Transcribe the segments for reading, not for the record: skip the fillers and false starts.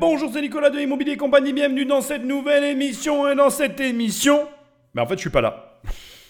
Bonjour, c'est Nicolas de Immobilier Compagnie, bienvenue dans cette nouvelle émission. Et dans cette émission, en fait je suis pas là.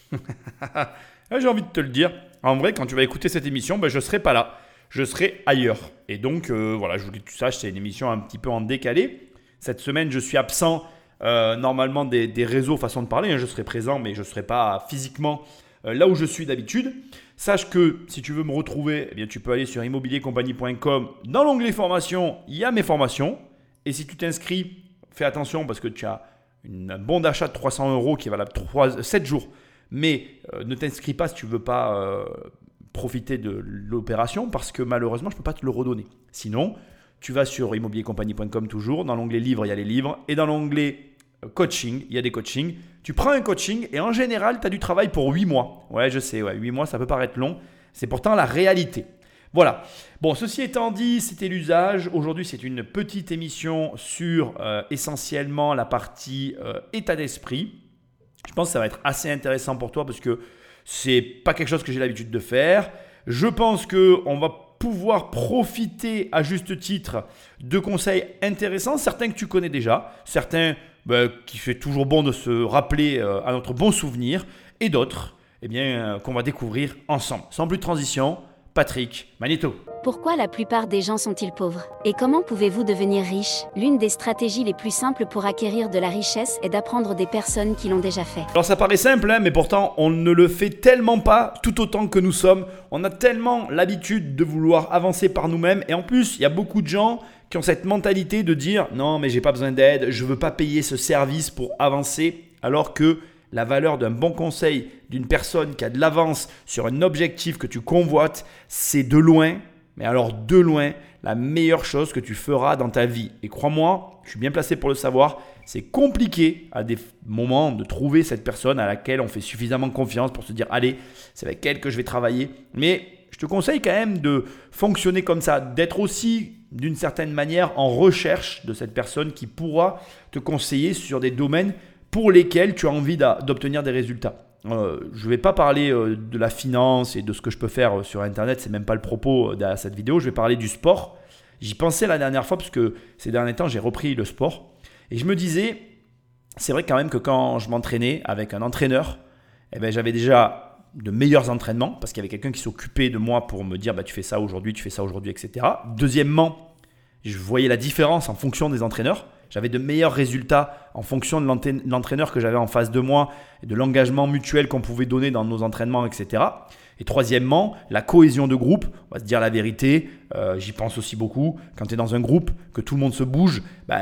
J'ai envie de te le dire. En vrai, quand tu vas écouter cette émission, je serai pas là. Je serai ailleurs. Et donc voilà, je voulais que tu saches, c'est une émission un petit peu en décalé. Cette semaine, je suis absent normalement des réseaux, façon de parler. Je serai présent, mais je ne serai pas physiquement là où je suis d'habitude. Sache que si tu veux me retrouver, tu peux aller sur immobiliercompagnie.com. Dans l'onglet formation, il y a mes formations. Et si tu t'inscris, fais attention parce que tu as un bon d'achat de 300 € qui est valable 7 jours. Mais ne t'inscris pas si tu ne veux pas profiter de l'opération parce que malheureusement, je ne peux pas te le redonner. Sinon, tu vas sur immobiliercompagnie.com toujours. Dans l'onglet livres, il y a les livres. Et dans l'onglet coaching, il y a des coachings. Tu prends un coaching et en général, tu as du travail pour 8 mois. Ouais, je sais, 8 mois, ça peut paraître long. C'est pourtant la réalité. Voilà. Bon, ceci étant dit, c'était l'usage. Aujourd'hui, c'est une petite émission sur essentiellement la partie état d'esprit. Je pense que ça va être assez intéressant pour toi parce que c'est pas quelque chose que j'ai l'habitude de faire. Je pense qu'on va pouvoir profiter à juste titre de conseils intéressants, certains que tu connais déjà, certains qui fait toujours bon de se rappeler à notre bon souvenir, et d'autres qu'on va découvrir ensemble. Sans plus de transition, Patrick Magnéto. Pourquoi la plupart des gens sont-ils pauvres? Et comment pouvez-vous devenir riche? L'une des stratégies les plus simples pour acquérir de la richesse est d'apprendre des personnes qui l'ont déjà fait. Alors ça paraît simple, mais pourtant on ne le fait tellement pas tout autant que nous sommes. On a tellement l'habitude de vouloir avancer par nous-mêmes. Et en plus, il y a beaucoup de gens qui ont cette mentalité de dire « Non, mais j'ai pas besoin d'aide, je ne veux pas payer ce service pour avancer. » Alors que la valeur d'un bon conseil d'une personne qui a de l'avance sur un objectif que tu convoites, c'est de loin, mais alors de loin, la meilleure chose que tu feras dans ta vie. Et crois-moi, je suis bien placé pour le savoir, c'est compliqué à des moments de trouver cette personne à laquelle on fait suffisamment confiance pour se dire « Allez, c'est avec elle que je vais travailler. » Mais je te conseille quand même de fonctionner comme ça, d'être aussi d'une certaine manière en recherche de cette personne qui pourra te conseiller sur des domaines pour lesquels tu as envie d'obtenir des résultats. Je ne vais pas parler de la finance et de ce que je peux faire sur Internet, ce n'est même pas le propos de cette vidéo. Je vais parler du sport. J'y pensais la dernière fois parce que ces derniers temps, j'ai repris le sport. Et je me disais, c'est vrai quand même que quand je m'entraînais avec un entraîneur, j'avais déjà de meilleurs entraînements parce qu'il y avait quelqu'un qui s'occupait de moi pour me dire tu fais ça aujourd'hui, etc. Deuxièmement, je voyais la différence en fonction des entraîneurs. J'avais de meilleurs résultats en fonction de l'entraîneur que j'avais en face de moi et de l'engagement mutuel qu'on pouvait donner dans nos entraînements, etc. Et troisièmement, la cohésion de groupe. On va se dire la vérité, j'y pense aussi beaucoup. Quand tu es dans un groupe, que tout le monde se bouge,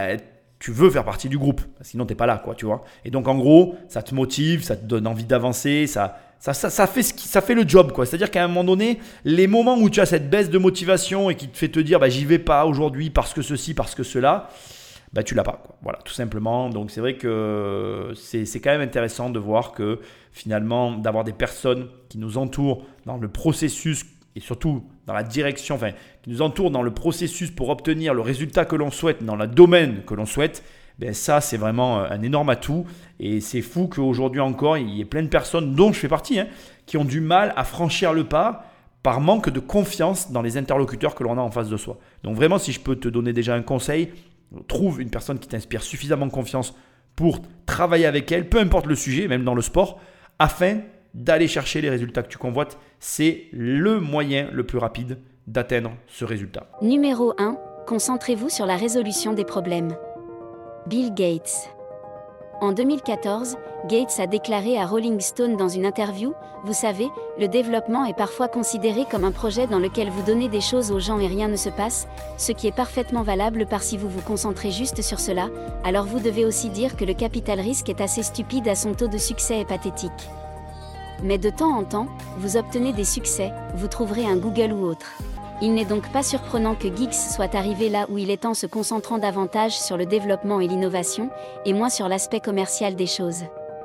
tu veux faire partie du groupe. Sinon, tu n'es pas là, tu vois. Et donc, en gros, ça te motive, ça te donne envie d'avancer, ça fait le job, quoi. C'est-à-dire qu'à un moment donné, les moments où tu as cette baisse de motivation et qui te fait te dire j'y vais pas aujourd'hui parce que ceci, parce que cela, tu l'as pas, quoi. Voilà, tout simplement. Donc c'est vrai que c'est quand même intéressant de voir que finalement d'avoir des personnes qui nous entourent dans le processus et surtout dans la direction, qui nous entourent dans le processus pour obtenir le résultat que l'on souhaite dans le domaine que l'on souhaite. Ça, c'est vraiment un énorme atout. Et c'est fou qu'aujourd'hui encore, il y ait plein de personnes, dont je fais partie, qui ont du mal à franchir le pas par manque de confiance dans les interlocuteurs que l'on a en face de soi. Donc vraiment, si je peux te donner déjà un conseil, trouve une personne qui t'inspire suffisamment confiance pour travailler avec elle, peu importe le sujet, même dans le sport, afin d'aller chercher les résultats que tu convoites. C'est le moyen le plus rapide d'atteindre ce résultat. Numéro 1. Concentrez-vous sur la résolution des problèmes. Bill Gates. En 2014, Gates a déclaré à Rolling Stone dans une interview « Vous savez, le développement est parfois considéré comme un projet dans lequel vous donnez des choses aux gens et rien ne se passe, ce qui est parfaitement valable par si vous vous concentrez juste sur cela, alors vous devez aussi dire que le capital risque est assez stupide à son taux de succès est pathétique. Mais de temps en temps, vous obtenez des succès, vous trouverez un Google ou autre. » Il n'est donc pas surprenant que Geeks soit arrivé là où il est en se concentrant davantage sur le développement et l'innovation, et moins sur l'aspect commercial des choses.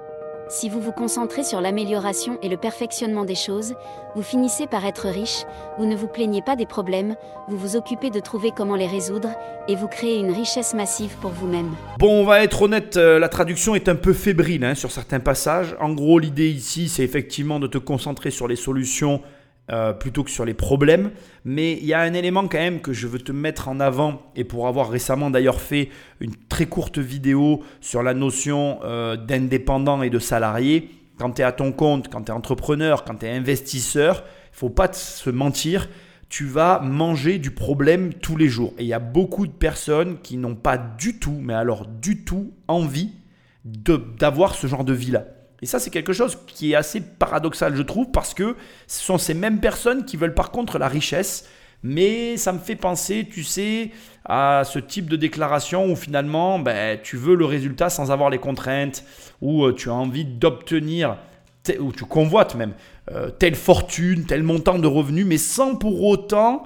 Si vous vous concentrez sur l'amélioration et le perfectionnement des choses, vous finissez par être riche, vous ne vous plaignez pas des problèmes, vous vous occupez de trouver comment les résoudre, et vous créez une richesse massive pour vous-même. Bon, on va être honnête, la traduction est un peu fébrile sur certains passages. En gros, l'idée ici, c'est effectivement de te concentrer sur les solutions plutôt que sur les problèmes. Mais il y a un élément quand même que je veux te mettre en avant, et pour avoir récemment d'ailleurs fait une très courte vidéo sur la notion d'indépendant et de salarié. Quand tu es à ton compte, quand tu es entrepreneur, quand tu es investisseur, il ne faut pas se mentir, tu vas manger du problème tous les jours. Et il y a beaucoup de personnes qui n'ont pas du tout, mais alors du tout, envie d'avoir ce genre de vie-là. Et ça, c'est quelque chose qui est assez paradoxal, je trouve, parce que ce sont ces mêmes personnes qui veulent par contre la richesse. Mais ça me fait penser, tu sais, à ce type de déclaration où finalement, tu veux le résultat sans avoir les contraintes, où tu as envie d'obtenir, ou tu convoites même, telle fortune, tel montant de revenus, mais sans pour autant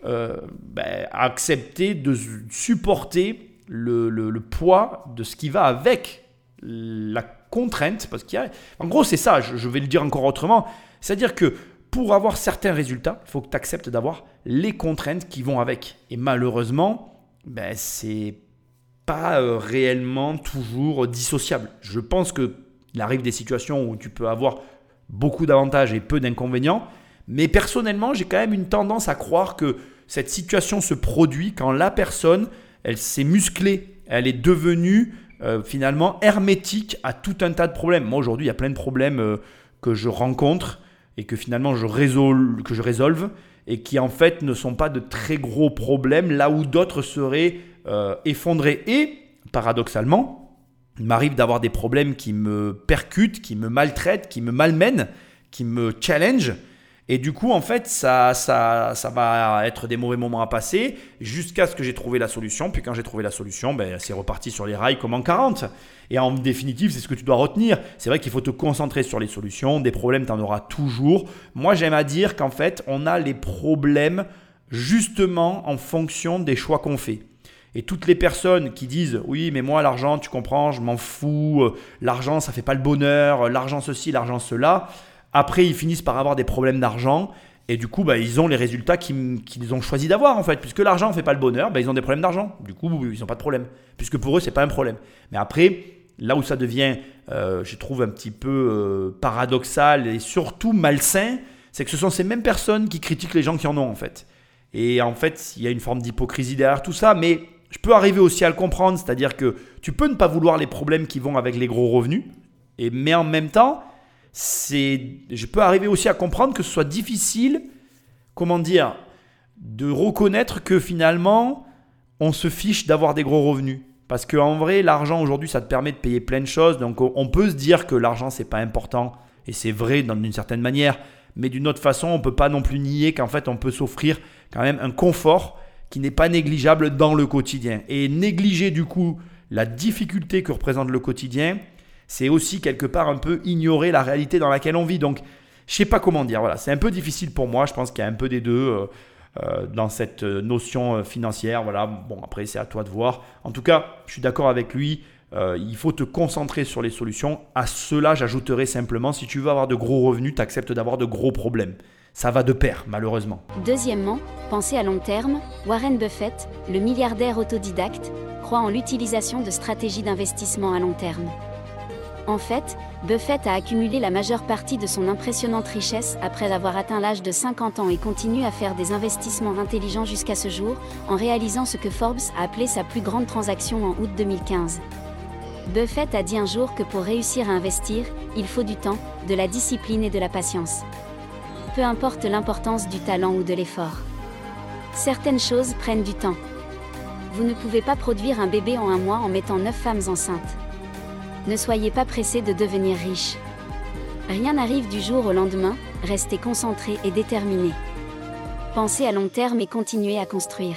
accepter de supporter le poids de ce qui va avec la contrainte. Parce qu'il y a, en gros, c'est ça, je vais le dire encore autrement, c'est-à-dire que pour avoir certains résultats, il faut que tu acceptes d'avoir les contraintes qui vont avec. Et malheureusement, c'est pas réellement toujours dissociable. Je pense qu'il arrive des situations où tu peux avoir beaucoup d'avantages et peu d'inconvénients. Mais personnellement, j'ai quand même une tendance à croire que cette situation se produit quand la personne, elle s'est musclée, elle est devenue finalement hermétique à tout un tas de problèmes. Moi, aujourd'hui, il y a plein de problèmes que je rencontre et que finalement je résolve et qui en fait ne sont pas de très gros problèmes là où d'autres seraient effondrés. Et paradoxalement, il m'arrive d'avoir des problèmes qui me percutent, qui me maltraitent, qui me malmènent, qui me challenge. Et du coup, en fait, ça va être des mauvais moments à passer jusqu'à ce que j'ai trouvé la solution. Puis quand j'ai trouvé la solution, c'est reparti sur les rails comme en 40. Et en définitive, c'est ce que tu dois retenir. C'est vrai qu'il faut te concentrer sur les solutions. Des problèmes, tu en auras toujours. Moi, j'aime à dire qu'en fait, on a les problèmes justement en fonction des choix qu'on fait. Et toutes les personnes qui disent « Oui, mais moi, l'argent, tu comprends, je m'en fous. L'argent, ça ne fait pas le bonheur. L'argent ceci, l'argent cela. » Après, ils finissent par avoir des problèmes d'argent et du coup, ils ont les résultats qu'ils ont choisi d'avoir en fait. Puisque l'argent ne fait pas le bonheur, ils ont des problèmes d'argent. Du coup, ils n'ont pas de problème. Puisque pour eux, ce n'est pas un problème. Mais après, là où ça devient, je trouve, un petit peu paradoxal et surtout malsain, c'est que ce sont ces mêmes personnes qui critiquent les gens qui en ont en fait. Et en fait, il y a une forme d'hypocrisie derrière tout ça. Mais je peux arriver aussi à le comprendre. C'est-à-dire que tu peux ne pas vouloir les problèmes qui vont avec les gros revenus. Mais en même temps, je peux arriver aussi à comprendre que ce soit difficile, de reconnaître que finalement, on se fiche d'avoir des gros revenus. Parce qu'en vrai, l'argent aujourd'hui, ça te permet de payer plein de choses. Donc, on peut se dire que l'argent, c'est pas important. Et c'est vrai d'une certaine manière. Mais d'une autre façon, on ne peut pas non plus nier qu'en fait, on peut s'offrir quand même un confort qui n'est pas négligeable dans le quotidien. Et négliger du coup la difficulté que représente le quotidien, c'est aussi quelque part un peu ignorer la réalité dans laquelle on vit. Donc, je ne sais pas comment dire. Voilà, c'est un peu difficile pour moi. Je pense qu'il y a un peu des deux dans cette notion financière. Voilà. Bon, après, c'est à toi de voir. En tout cas, je suis d'accord avec lui. Il faut te concentrer sur les solutions. À cela, j'ajouterai simplement, si tu veux avoir de gros revenus, tu acceptes d'avoir de gros problèmes. Ça va de pair, malheureusement. Deuxièmement, pensez à long terme. Warren Buffett, le milliardaire autodidacte, croit en l'utilisation de stratégies d'investissement à long terme. En fait, Buffett a accumulé la majeure partie de son impressionnante richesse après avoir atteint l'âge de 50 ans et continue à faire des investissements intelligents jusqu'à ce jour, en réalisant ce que Forbes a appelé sa plus grande transaction en août 2015. Buffett a dit un jour que pour réussir à investir, il faut du temps, de la discipline et de la patience. Peu importe l'importance du talent ou de l'effort. Certaines choses prennent du temps. Vous ne pouvez pas produire un bébé en un mois en mettant 9 femmes enceintes. Ne soyez pas pressé de devenir riche. Rien n'arrive du jour au lendemain, restez concentré et déterminé. Pensez à long terme et continuez à construire.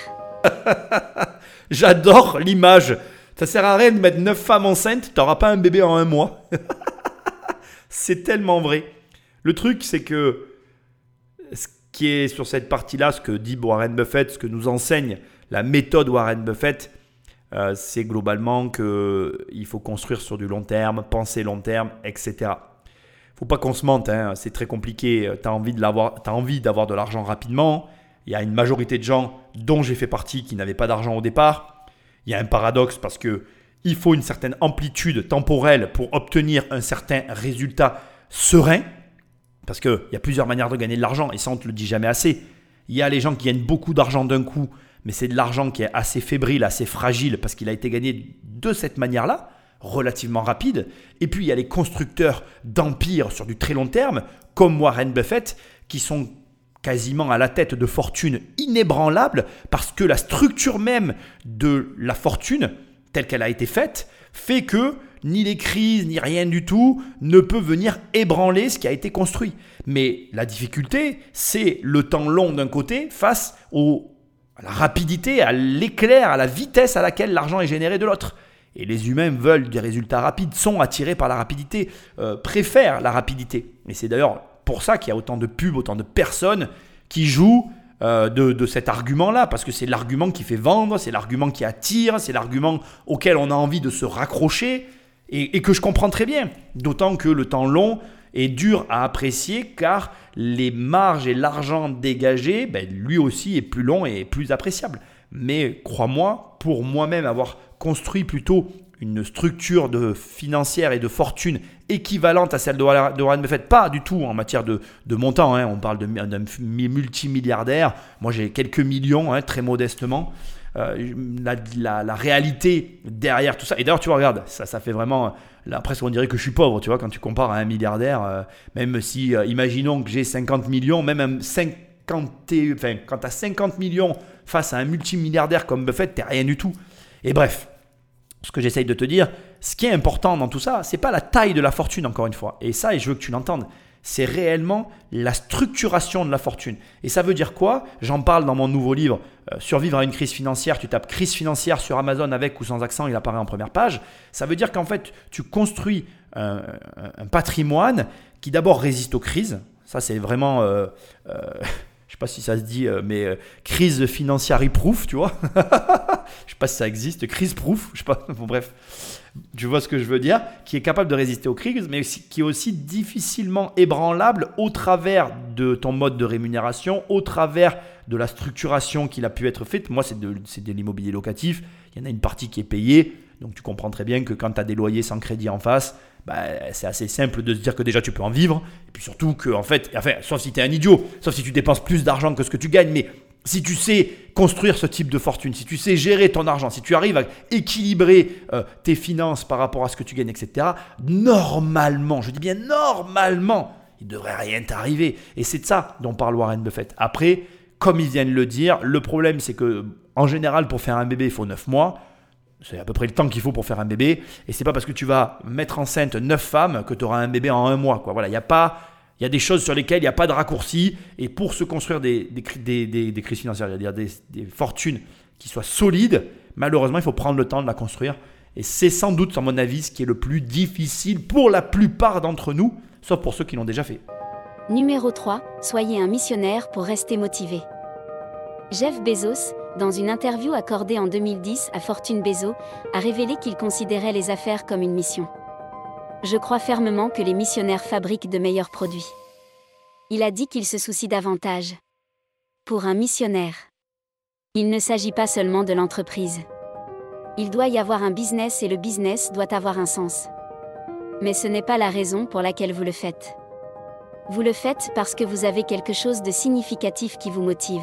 J'adore l'image. Ça sert à rien de mettre 9 femmes enceintes, tu n'auras pas un bébé en un mois. C'est tellement vrai. Le truc, c'est que ce qui est sur cette partie-là, ce que dit Warren Buffett, ce que nous enseigne la méthode Warren Buffett, c'est globalement qu'il faut construire sur du long terme, penser long terme, etc. Il ne faut pas qu'on se mente, c'est très compliqué. Tu as envie d'avoir de l'argent rapidement. Il y a une majorité de gens, dont j'ai fait partie, qui n'avaient pas d'argent au départ. Il y a un paradoxe parce qu'il faut une certaine amplitude temporelle pour obtenir un certain résultat serein. Parce qu'il y a plusieurs manières de gagner de l'argent et ça, on ne te le dit jamais assez. Il y a les gens qui gagnent beaucoup d'argent d'un coup, mais c'est de l'argent qui est assez fébrile, assez fragile parce qu'il a été gagné de cette manière-là, relativement rapide. Et puis, il y a les constructeurs d'empires sur du très long terme, comme Warren Buffett, qui sont quasiment à la tête de fortunes inébranlables parce que la structure même de la fortune, telle qu'elle a été faite, fait que ni les crises, ni rien du tout ne peut venir ébranler ce qui a été construit. Mais la difficulté, c'est le temps long d'un côté face à la rapidité, à l'éclair, à la vitesse à laquelle l'argent est généré de l'autre. Et les humains veulent des résultats rapides, sont attirés par la rapidité, préfèrent la rapidité. Et c'est d'ailleurs pour ça qu'il y a autant de pubs, autant de personnes qui jouent de cet argument-là, parce que c'est l'argument qui fait vendre, c'est l'argument qui attire, c'est l'argument auquel on a envie de se raccrocher et que je comprends très bien. D'autant que le temps long est dur à apprécier car les marges et l'argent dégagé, lui aussi est plus long et plus appréciable. Mais crois-moi, pour moi-même avoir construit plutôt une structure financière et de fortune équivalente à celle de Warren Buffett, pas du tout en matière de montant, on parle d'un multimilliardaire, moi j'ai quelques millions, très modestement. La réalité derrière tout ça, et d'ailleurs tu vois, regarde, ça fait vraiment, là presque on dirait que je suis pauvre, tu vois, quand tu compares à un milliardaire, même si, imaginons que j'ai 50 millions, même quand tu as 50 millions face à un multimilliardaire comme Buffett, t'es rien du tout. Et bref, ce que j'essaye de te dire, ce qui est important dans tout ça, c'est pas la taille de la fortune, encore une fois. Et ça, et je veux que tu l'entendes, c'est réellement la structuration de la fortune. Et ça veut dire quoi ? J'en parle dans mon nouveau livre, Survivre à une crise financière. Tu tapes crise financière sur Amazon avec ou sans accent, il apparaît en première page. Ça veut dire qu'en fait, tu construis un patrimoine qui d'abord résiste aux crises. Ça, c'est vraiment... je ne sais pas si ça se dit, mais crise financière proof, tu vois. Je ne sais pas si ça existe, crise proof, je sais pas. Bon, bref, tu vois ce que je veux dire, qui est capable de résister aux crises, mais qui est aussi difficilement ébranlable au travers de ton mode de rémunération, au travers de la structuration qu'il a pu être faite. Moi, c'est de l'immobilier locatif. Il y en a une partie qui est payée, donc tu comprends très bien que quand tu as des loyers sans crédit en face, c'est assez simple de se dire que déjà tu peux en vivre, et puis surtout que en fait, sauf si tu es un idiot, sauf si tu dépenses plus d'argent que ce que tu gagnes, mais si tu sais construire ce type de fortune, si tu sais gérer ton argent, si tu arrives à équilibrer tes finances par rapport à ce que tu gagnes, etc., normalement, je dis bien normalement, il ne devrait rien t'arriver. Et c'est de ça dont parle Warren Buffett. Après, comme ils viennent le dire, le problème c'est que en général, pour faire un bébé, il faut 9 mois. C'est à peu près le temps qu'il faut pour faire un bébé. Et c'est pas parce que tu vas mettre enceinte 9 femmes que tu auras un bébé en 1 mois, quoi. Voilà, il y a des choses sur lesquelles il n'y a pas de raccourci. Et pour se construire des crises financières, c'est-à-dire des fortunes qui soient solides, malheureusement, il faut prendre le temps de la construire. Et c'est sans doute, à mon avis, ce qui est le plus difficile pour la plupart d'entre nous, sauf pour ceux qui l'ont déjà fait. Numéro 3. Soyez un missionnaire pour rester motivé. Jeff Bezos, dans une interview accordée en 2010 à Fortune Bezos, a révélé qu'il considérait les affaires comme une mission. Je crois fermement que les missionnaires fabriquent de meilleurs produits. Il a dit qu'il se soucie davantage. Pour un missionnaire, il ne s'agit pas seulement de l'entreprise. Il doit y avoir un business et le business doit avoir un sens. Mais ce n'est pas la raison pour laquelle vous le faites. Vous le faites parce que vous avez quelque chose de significatif qui vous motive.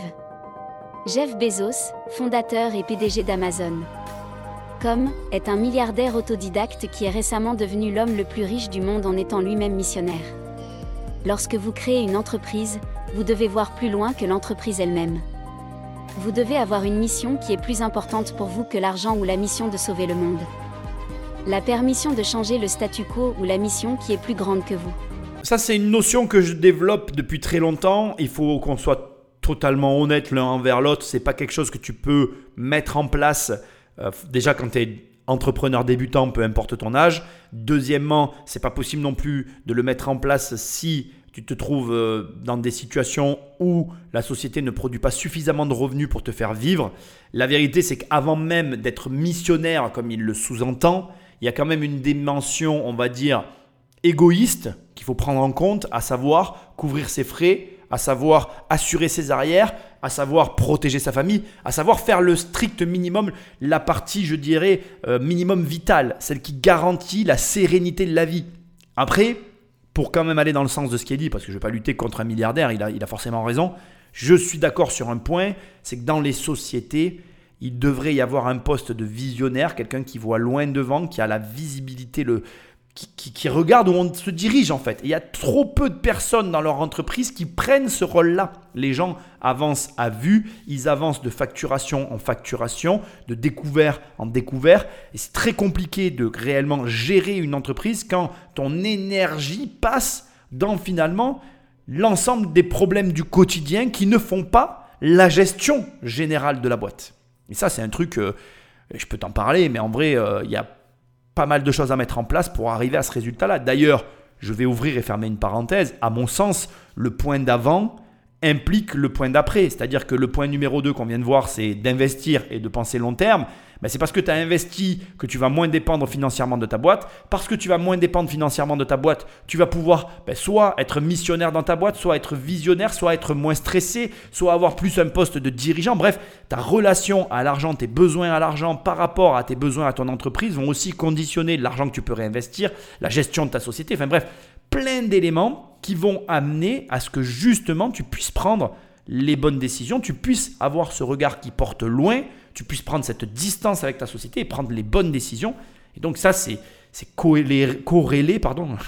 Jeff Bezos, fondateur et PDG d'Amazon. Est un milliardaire autodidacte qui est récemment devenu l'homme le plus riche du monde en étant lui-même missionnaire. Lorsque vous créez une entreprise, vous devez voir plus loin que l'entreprise elle-même. Vous devez avoir une mission qui est plus importante pour vous que l'argent ou la mission de sauver le monde. La permission de changer le statu quo ou la mission qui est plus grande que vous. Ça, c'est une notion que je développe depuis très longtemps. Il faut qu'on soit totalement honnête l'un envers l'autre. C'est pas quelque chose que tu peux mettre en place déjà quand tu es entrepreneur débutant, peu importe ton âge. Deuxièmement, c'est pas possible non plus de le mettre en place si tu te trouves dans des situations où la société ne produit pas suffisamment de revenus pour te faire vivre. La vérité, c'est qu'avant même d'être missionnaire, comme il le sous-entend, il y a quand même une dimension, on va dire, égoïste qu'il faut prendre en compte, à savoir couvrir ses frais, à savoir assurer ses arrières, à savoir protéger sa famille, à savoir faire le strict minimum, la partie, je dirais, minimum vitale, celle qui garantit la sérénité de la vie. Après, pour quand même aller dans le sens de ce qui est dit, parce que je ne vais pas lutter contre un milliardaire, il a forcément raison. Je suis d'accord sur un point, c'est que dans les sociétés, il devrait y avoir un poste de visionnaire, quelqu'un qui voit loin devant, qui a la visibilité, qui regarde où on se dirige en fait. Et il y a trop peu de personnes dans leur entreprise qui prennent ce rôle-là. Les gens avancent à vue, ils avancent de facturation en facturation, de découvert en découvert. Et c'est très compliqué de réellement gérer une entreprise quand ton énergie passe dans finalement l'ensemble des problèmes du quotidien qui ne font pas la gestion générale de la boîte. Et ça, c'est un truc, je peux t'en parler, mais en vrai, il y a pas mal de choses à mettre en place pour arriver à ce résultat-là. D'ailleurs, je vais ouvrir et fermer une parenthèse. À mon sens, le point d'avant implique le point d'après. C'est-à-dire que le point numéro 2 qu'on vient de voir, c'est d'investir et de penser long terme. Ben, c'est parce que tu as investi que tu vas moins dépendre financièrement de ta boîte. Parce que tu vas moins dépendre financièrement de ta boîte, tu vas pouvoir soit être missionnaire dans ta boîte, soit être visionnaire, soit être moins stressé, soit avoir plus un poste de dirigeant. Bref, ta relation à l'argent, tes besoins à l'argent par rapport à tes besoins à ton entreprise vont aussi conditionner l'argent que tu peux réinvestir, la gestion de ta société. Enfin bref, plein d'éléments qui vont amener à ce que justement tu puisses prendre les bonnes décisions, tu puisses avoir ce regard qui porte loin, tu puisses prendre cette distance avec ta société et prendre les bonnes décisions. Et donc ça, c'est corrélé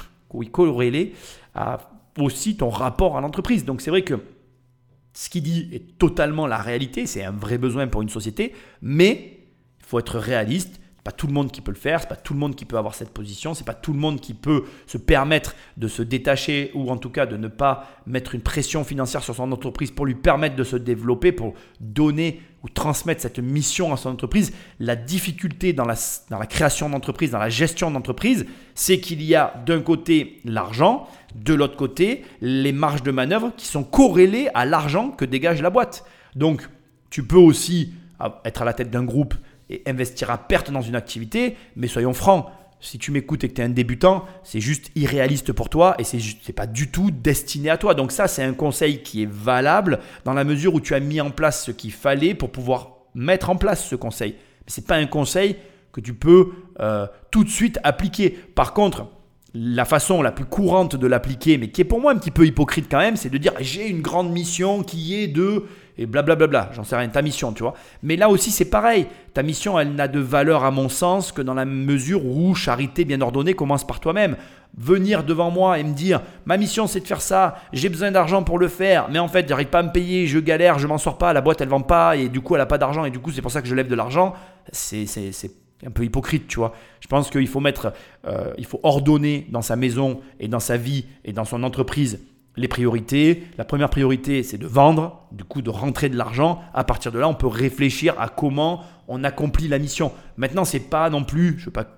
à aussi ton rapport à l'entreprise. Donc c'est vrai que ce qu'il dit est totalement la réalité, c'est un vrai besoin pour une société, mais il faut être réaliste. Pas tout le monde qui peut le faire, c'est pas tout le monde qui peut avoir cette position, c'est pas tout le monde qui peut se permettre de se détacher ou en tout cas de ne pas mettre une pression financière sur son entreprise pour lui permettre de se développer, pour donner ou transmettre cette mission à son entreprise. La difficulté dans la création d'entreprise, dans la gestion d'entreprise, c'est qu'il y a d'un côté l'argent, de l'autre côté les marges de manœuvre qui sont corrélées à l'argent que dégage la boîte. Donc tu peux aussi être à la tête d'un groupe et investir à perte dans une activité, mais soyons francs, si tu m'écoutes et que tu es un débutant, c'est juste irréaliste pour toi et c'est pas du tout destiné à toi. Donc ça, c'est un conseil qui est valable dans la mesure où tu as mis en place ce qu'il fallait pour pouvoir mettre en place ce conseil. Mais ce n'est pas un conseil que tu peux tout de suite appliquer. Par contre, la façon la plus courante de l'appliquer, mais qui est pour moi un petit peu hypocrite quand même, c'est de dire j'ai une grande mission qui est de... et blablabla, j'en sais rien, ta mission, tu vois. Mais là aussi, c'est pareil. Ta mission, elle n'a de valeur à mon sens que dans la mesure où charité bien ordonnée commence par toi-même. Venir devant moi et me dire ma mission, c'est de faire ça, j'ai besoin d'argent pour le faire, mais en fait, j'arrive pas à me payer, je galère, je m'en sors pas, la boîte, elle vend pas et du coup, elle a pas d'argent et du coup, c'est pour ça que je lève de l'argent. C'est un peu hypocrite, tu vois. Je pense qu'il faut il faut ordonner dans sa maison et dans sa vie et dans son entreprise les priorités. La première priorité, c'est de vendre, du coup de rentrer de l'argent. À partir de là, on peut réfléchir à comment on accomplit la mission. Maintenant, c'est pas non plus, je veux pas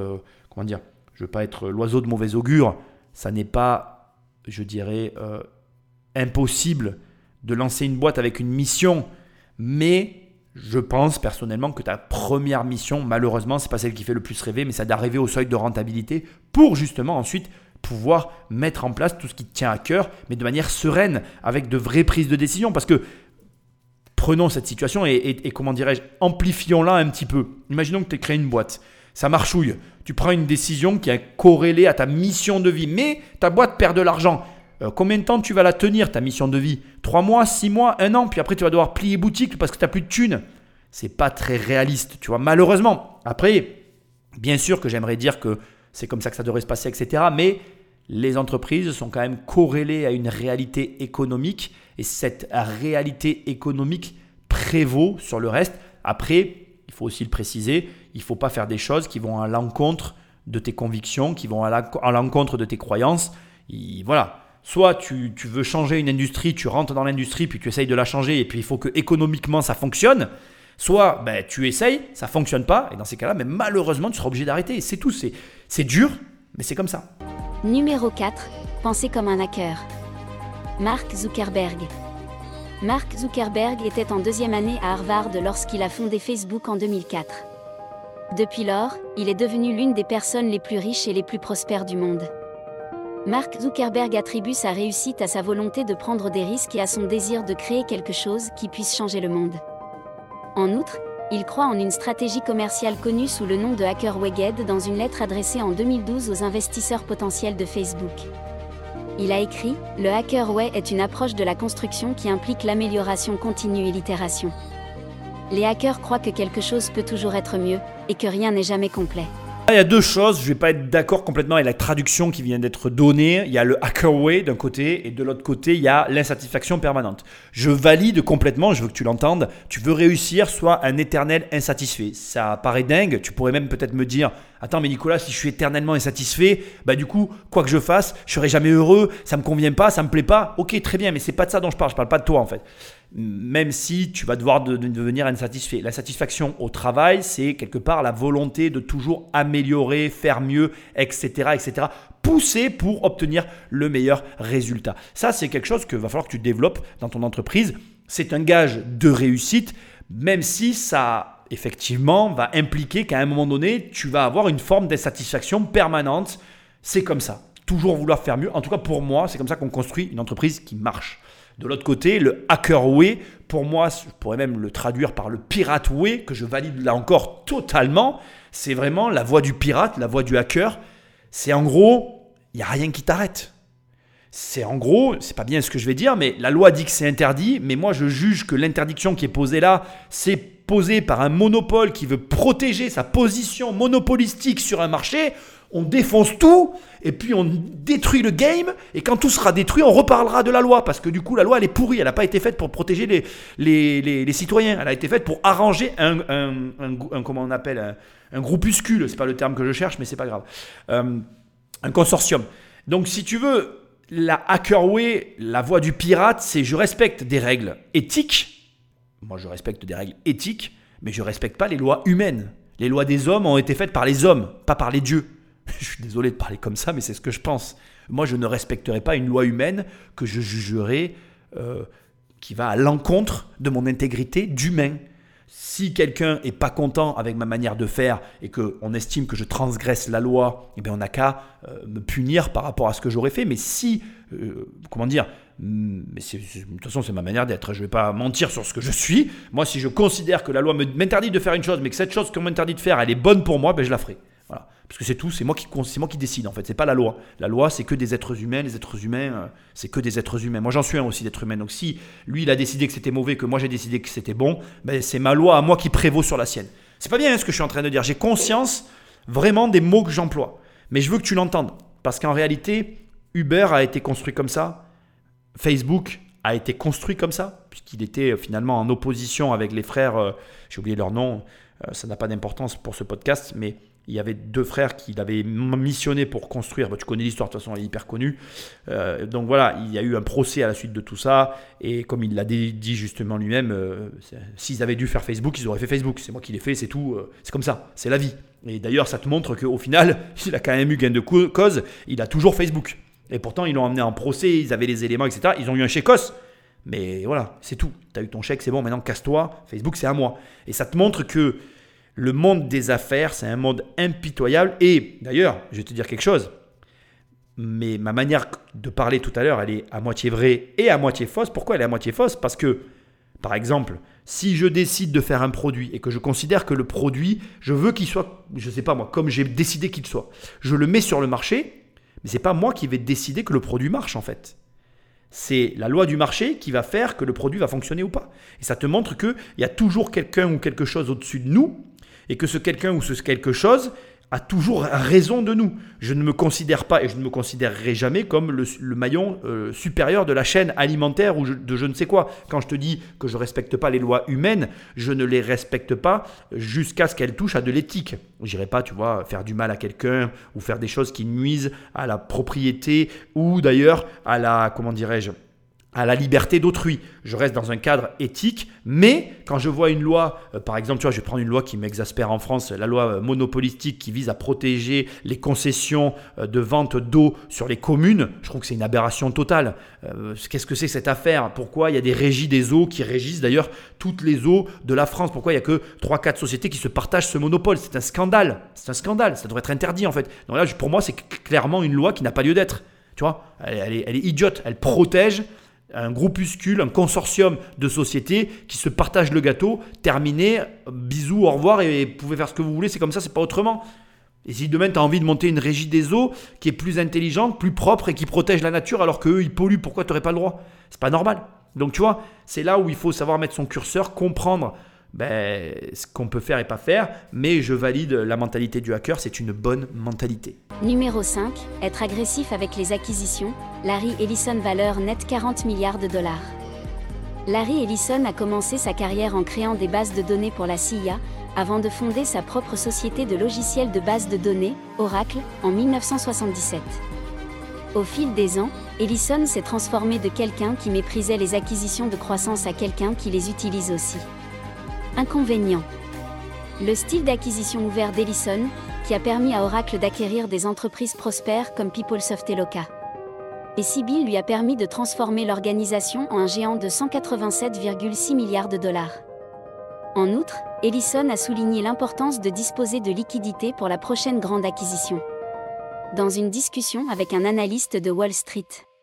être l'oiseau de mauvais augure. Ça n'est pas, je dirais, impossible de lancer une boîte avec une mission, mais je pense personnellement que ta première mission, malheureusement, c'est pas celle qui fait le plus rêver, mais c'est d'arriver au seuil de rentabilité pour justement ensuite pouvoir mettre en place tout ce qui te tient à cœur, mais de manière sereine, avec de vraies prises de décision. Parce que prenons cette situation et comment dirais-je, amplifions-la un petit peu. Imaginons que tu as créé une boîte, ça marchouille, tu prends une décision qui est corrélée à ta mission de vie, mais ta boîte perd de l'argent. Combien de temps tu vas la tenir, ta mission de vie? 3 mois, 6 mois, 1 an, puis après tu vas devoir plier boutique parce que tu n'as plus de thunes. C'est pas très réaliste, tu vois, malheureusement. Après, bien sûr que j'aimerais dire que c'est comme ça que ça devrait se passer, etc. Mais les entreprises sont quand même corrélées à une réalité économique et cette réalité économique prévaut sur le reste. Après, il faut aussi le préciser, il ne faut pas faire des choses qui vont à l'encontre de tes convictions, qui vont à l'encontre de tes croyances. Voilà. Soit tu veux changer une industrie, tu rentres dans l'industrie puis tu essayes de la changer et puis il faut que économiquement ça fonctionne. Soit tu essayes, ça ne fonctionne pas et dans ces cas-là, mais malheureusement, tu seras obligé d'arrêter. C'est tout, c'est dur, mais c'est comme ça. Numéro 4. Pensez comme un hacker. Mark Zuckerberg. Mark Zuckerberg était en 2e année à Harvard lorsqu'il a fondé Facebook en 2004. Depuis lors, il est devenu l'une des personnes les plus riches et les plus prospères du monde. Mark Zuckerberg attribue sa réussite à sa volonté de prendre des risques et à son désir de créer quelque chose qui puisse changer le monde. En outre, il croit en une stratégie commerciale connue sous le nom de Hacker Weighted dans une lettre adressée en 2012 aux investisseurs potentiels de Facebook. Il a écrit « Le Hacker Way est une approche de la construction qui implique l'amélioration continue et l'itération. Les hackers croient que quelque chose peut toujours être mieux et que rien n'est jamais complet. » Il y a deux choses, je ne vais pas être d'accord complètement avec la traduction qui vient d'être donnée. Il y a le hacker way d'un côté et de l'autre côté, il y a l'insatisfaction permanente. Je valide complètement, je veux que tu l'entendes, tu veux réussir, sois un éternel insatisfait. Ça paraît dingue, tu pourrais même peut-être me dire « Attends mais Nicolas, si je suis éternellement insatisfait, du coup, quoi que je fasse, je ne serai jamais heureux, ça ne me convient pas, ça ne me plaît pas. » Ok, très bien, mais ce n'est pas de ça dont je parle pas de toi en fait. Même si tu vas devoir devenir insatisfait. La satisfaction au travail, c'est quelque part la volonté de toujours améliorer, faire mieux, etc., etc. Pousser pour obtenir le meilleur résultat. Ça, c'est quelque chose qu'il va falloir que tu développes dans ton entreprise. C'est un gage de réussite, même si ça, effectivement, va impliquer qu'à un moment donné, tu vas avoir une forme d'insatisfaction permanente. C'est comme ça. Toujours vouloir faire mieux. En tout cas, pour moi, c'est comme ça qu'on construit une entreprise qui marche. De l'autre côté, le hacker way, pour moi, je pourrais même le traduire par le pirate way, que je valide là encore totalement. C'est vraiment la voie du pirate, la voie du hacker. C'est en gros, il n'y a rien qui t'arrête. C'est en gros, c'est pas bien ce que je vais dire, mais la loi dit que c'est interdit, mais moi je juge que l'interdiction qui est posée là, c'est posé par un monopole qui veut protéger sa position monopolistique sur un marché. On défonce tout et puis on détruit le game, et quand tout sera détruit, on reparlera de la loi, parce que du coup la loi elle est pourrie, elle n'a pas été faite pour protéger les citoyens, elle a été faite pour arranger comment on appelle, un groupuscule, c'est pas le terme que je cherche mais c'est pas grave, un consortium. Donc si tu veux, la hacker way, la voie du pirate, c'est je respecte des règles éthiques, moi je respecte des règles éthiques, mais je respecte pas les lois humaines. Les lois des hommes ont été faites par les hommes, pas par les dieux. Je suis désolé de parler comme ça, mais c'est ce que je pense. Moi, je ne respecterai pas une loi humaine que je jugerai qui va à l'encontre de mon intégrité d'humain. Si quelqu'un n'est pas content avec ma manière de faire et qu'on estime que je transgresse la loi, eh bien on n'a qu'à me punir par rapport à ce que j'aurais fait. Mais si, mais de toute façon c'est ma manière d'être, je ne vais pas mentir sur ce que je suis. Moi, si je considère que la loi m'interdit de faire une chose, mais que cette chose qu'on m'interdit de faire, elle est bonne pour moi, je la ferai. Voilà. Parce que c'est tout, c'est moi qui décide en fait, c'est pas la loi. La loi, c'est que des êtres humains, les êtres humains, c'est que des êtres humains. Moi j'en suis un aussi d'être humain, donc si lui il a décidé que c'était mauvais, que moi j'ai décidé que c'était bon, c'est ma loi à moi qui prévaut sur la sienne. C'est pas bien ce que je suis en train de dire, j'ai conscience vraiment des mots que j'emploie, mais je veux que tu l'entendes, parce qu'en réalité, Uber a été construit comme ça, Facebook a été construit comme ça, puisqu'il était finalement en opposition avec les frères, j'ai oublié leur nom, ça n'a pas d'importance pour ce podcast, mais il y avait deux frères qui l'avaient missionné pour construire. Tu connais l'histoire, de toute façon, elle est hyper connue. Donc voilà, il y a eu un procès à la suite de tout ça. Et comme il l'a dit justement lui-même, s'ils avaient dû faire Facebook, ils auraient fait Facebook. C'est moi qui l'ai fait, c'est tout. C'est comme ça, c'est la vie. Et d'ailleurs, ça te montre qu'au final, il a quand même eu gain de cause. Il a toujours Facebook. Et pourtant, ils l'ont emmené en procès, ils avaient les éléments, etc. Ils ont eu un chèque-os. Mais voilà, c'est tout. Tu as eu ton chèque, c'est bon, maintenant casse-toi. Facebook, c'est à moi. Et ça te montre que le monde des affaires, c'est un monde impitoyable. Et d'ailleurs, je vais te dire quelque chose, mais ma manière de parler tout à l'heure, elle est à moitié vraie et à moitié fausse. Pourquoi elle est à moitié fausse ? Parce que, par exemple, si je décide de faire un produit et que je considère que le produit, je veux qu'il soit, je ne sais pas moi, comme j'ai décidé qu'il soit, je le mets sur le marché, mais ce n'est pas moi qui vais décider que le produit marche en fait. C'est la loi du marché qui va faire que le produit va fonctionner ou pas. Et ça te montre qu'il y a toujours quelqu'un ou quelque chose au-dessus de nous, et que ce quelqu'un ou ce quelque chose a toujours raison de nous. Je ne me considère pas et je ne me considérerai jamais comme le maillon supérieur de la chaîne alimentaire ou de je ne sais quoi. Quand je te dis que je ne respecte pas les lois humaines, je ne les respecte pas jusqu'à ce qu'elles touchent à de l'éthique. Je n'irai pas, tu vois, faire du mal à quelqu'un ou faire des choses qui nuisent à la propriété ou d'ailleurs à la, comment dirais-je, à la liberté d'autrui. Je reste dans un cadre éthique, mais quand je vois une loi, par exemple, tu vois, je vais prendre une loi qui m'exaspère en France, la loi monopolistique qui vise à protéger les concessions de vente d'eau sur les communes, je trouve que c'est une aberration totale. Qu'est-ce que c'est cette affaire ? Pourquoi il y a des régies des eaux qui régissent d'ailleurs toutes les eaux de la France ? Pourquoi il n'y a que 3-4 sociétés qui se partagent ce monopole ? C'est un scandale. C'est un scandale. Ça devrait être interdit en fait. Donc là, pour moi, c'est clairement une loi qui n'a pas lieu d'être. Tu vois, elle est idiote. Elle protège un groupuscule, un consortium de sociétés qui se partagent le gâteau, terminé, bisous, au revoir et vous pouvez faire ce que vous voulez, c'est comme ça, c'est pas autrement. Et si demain tu as envie de monter une régie des eaux qui est plus intelligente, plus propre et qui protège la nature alors qu'eux ils polluent, pourquoi tu n'aurais pas le droit? C'est pas normal. Donc tu vois, c'est là où il faut savoir mettre son curseur, comprendre ce qu'on peut faire et pas faire, mais je valide la mentalité du hacker, c'est une bonne mentalité. Numéro 5. Être agressif avec les acquisitions. Larry Ellison, valeur nette 40 milliards de dollars. Larry Ellison a commencé sa carrière en créant des bases de données pour la CIA, avant de fonder sa propre société de logiciels de base de données, Oracle, en 1977. Au fil des ans, Ellison s'est transformé de quelqu'un qui méprisait les acquisitions de croissance à quelqu'un qui les utilise aussi. Inconvénient. Le style d'acquisition ouvert d'Ellison, qui a permis à Oracle d'acquérir des entreprises prospères comme PeopleSoft et Loka. Et Sibyl lui a permis de transformer l'organisation en un géant de 187,6 milliards de dollars. En outre, Ellison a souligné l'importance de disposer de liquidités pour la prochaine grande acquisition. Dans une discussion avec un analyste de Wall Street,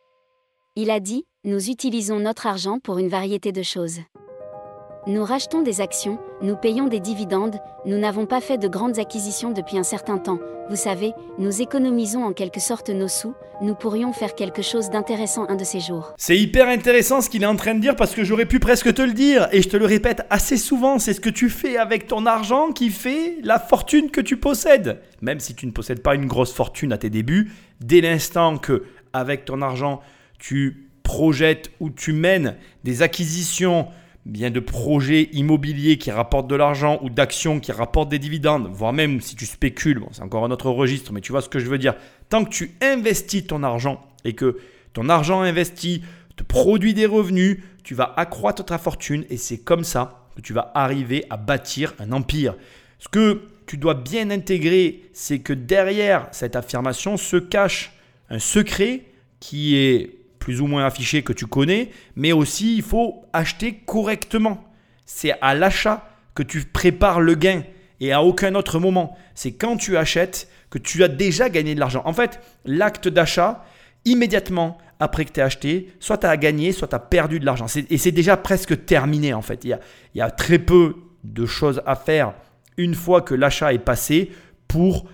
il a dit « Nous utilisons notre argent pour une variété de choses. Nous rachetons des actions, nous payons des dividendes, nous n'avons pas fait de grandes acquisitions depuis un certain temps. Vous savez, nous économisons en quelque sorte nos sous, nous pourrions faire quelque chose d'intéressant un de ces jours. » C'est hyper intéressant ce qu'il est en train de dire parce que j'aurais pu presque te le dire et je te le répète assez souvent, c'est ce que tu fais avec ton argent qui fait la fortune que tu possèdes. Même si tu ne possèdes pas une grosse fortune à tes débuts, dès l'instant que avec ton argent tu projettes ou tu mènes des acquisitions bien de projets immobiliers qui rapportent de l'argent ou d'actions qui rapportent des dividendes, voire même si tu spécules, bon, c'est encore un autre registre, mais tu vois ce que je veux dire. Tant que tu investis ton argent et que ton argent investi te produit des revenus, tu vas accroître ta fortune et c'est comme ça que tu vas arriver à bâtir un empire. Ce que tu dois bien intégrer, c'est que derrière cette affirmation se cache un secret qui est plus ou moins affiché que tu connais, mais aussi il faut acheter correctement. C'est à l'achat que tu prépares le gain et à aucun autre moment. C'est quand tu achètes que tu as déjà gagné de l'argent. En fait, l'acte d'achat, immédiatement après que tu aies acheté, soit tu as gagné, soit tu as perdu de l'argent. Et c'est déjà presque terminé en fait. Il y a très peu de choses à faire une fois que l'achat est passé pour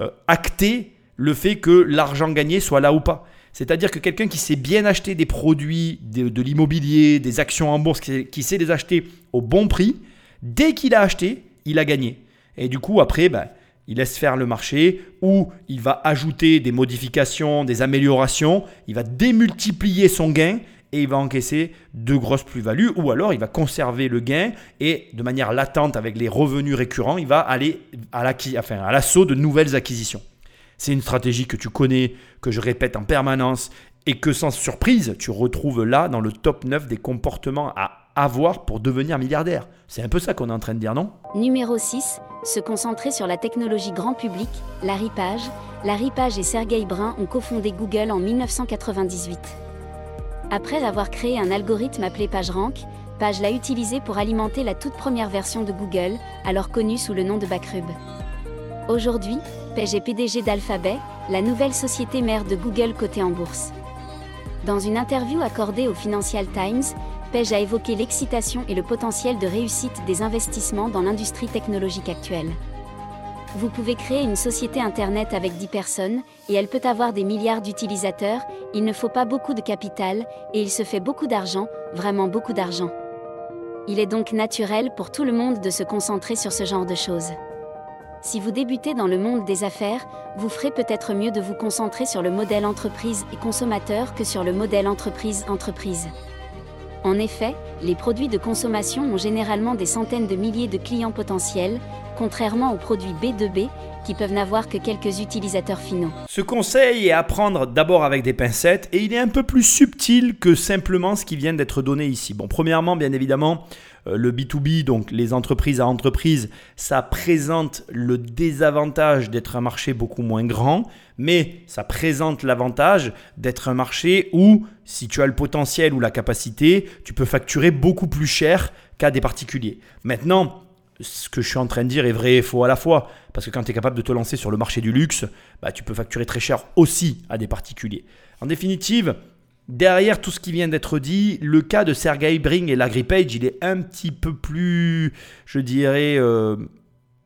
acter le fait que l'argent gagné soit là ou pas. C'est-à-dire que quelqu'un qui sait bien acheter des produits, de l'immobilier, des actions en bourse, qui sait les acheter au bon prix, dès qu'il a acheté, il a gagné. Et du coup, après, il laisse faire le marché ou il va ajouter des modifications, des améliorations, il va démultiplier son gain et il va encaisser de grosses plus-values ou alors il va conserver le gain et de manière latente avec les revenus récurrents, il va aller à l'assaut de nouvelles acquisitions. C'est une stratégie que tu connais, que je répète en permanence et que sans surprise, tu retrouves là dans le top 9 des comportements à avoir pour devenir milliardaire. C'est un peu ça qu'on est en train de dire, non ? Numéro 6. Se concentrer sur la technologie grand public. Larry Page. Larry Page et Sergey Brin ont cofondé Google en 1998. Après avoir créé un algorithme appelé PageRank, Page l'a utilisé pour alimenter la toute première version de Google, alors connue sous le nom de Backrub. Aujourd'hui, Page est PDG d'Alphabet, la nouvelle société mère de Google cotée en bourse. Dans une interview accordée au Financial Times, Page a évoqué l'excitation et le potentiel de réussite des investissements dans l'industrie technologique actuelle. Vous pouvez créer une société Internet avec 10 personnes, et elle peut avoir des milliards d'utilisateurs, il ne faut pas beaucoup de capital, et il se fait beaucoup d'argent, vraiment beaucoup d'argent. Il est donc naturel pour tout le monde de se concentrer sur ce genre de choses. Si vous débutez dans le monde des affaires, vous ferez peut-être mieux de vous concentrer sur le modèle entreprise et consommateur que sur le modèle entreprise-entreprise. En effet, les produits de consommation ont généralement des centaines de milliers de clients potentiels, contrairement aux produits B2B qui peuvent n'avoir que quelques utilisateurs finaux. Ce conseil est à prendre d'abord avec des pincettes et il est un peu plus subtil que simplement ce qui vient d'être donné ici. Bon, premièrement, bien évidemment, le B2B, donc les entreprises à entreprises, ça présente le désavantage d'être un marché beaucoup moins grand, mais ça présente l'avantage d'être un marché où, si tu as le potentiel ou la capacité, tu peux facturer beaucoup plus cher qu'à des particuliers. Maintenant, ce que je suis en train de dire est vrai et faux à la fois, parce que quand tu es capable de te lancer sur le marché du luxe, tu peux facturer très cher aussi à des particuliers. En définitive, derrière tout ce qui vient d'être dit, le cas de Sergey Brin et Larry Page, il est un petit peu plus, je dirais,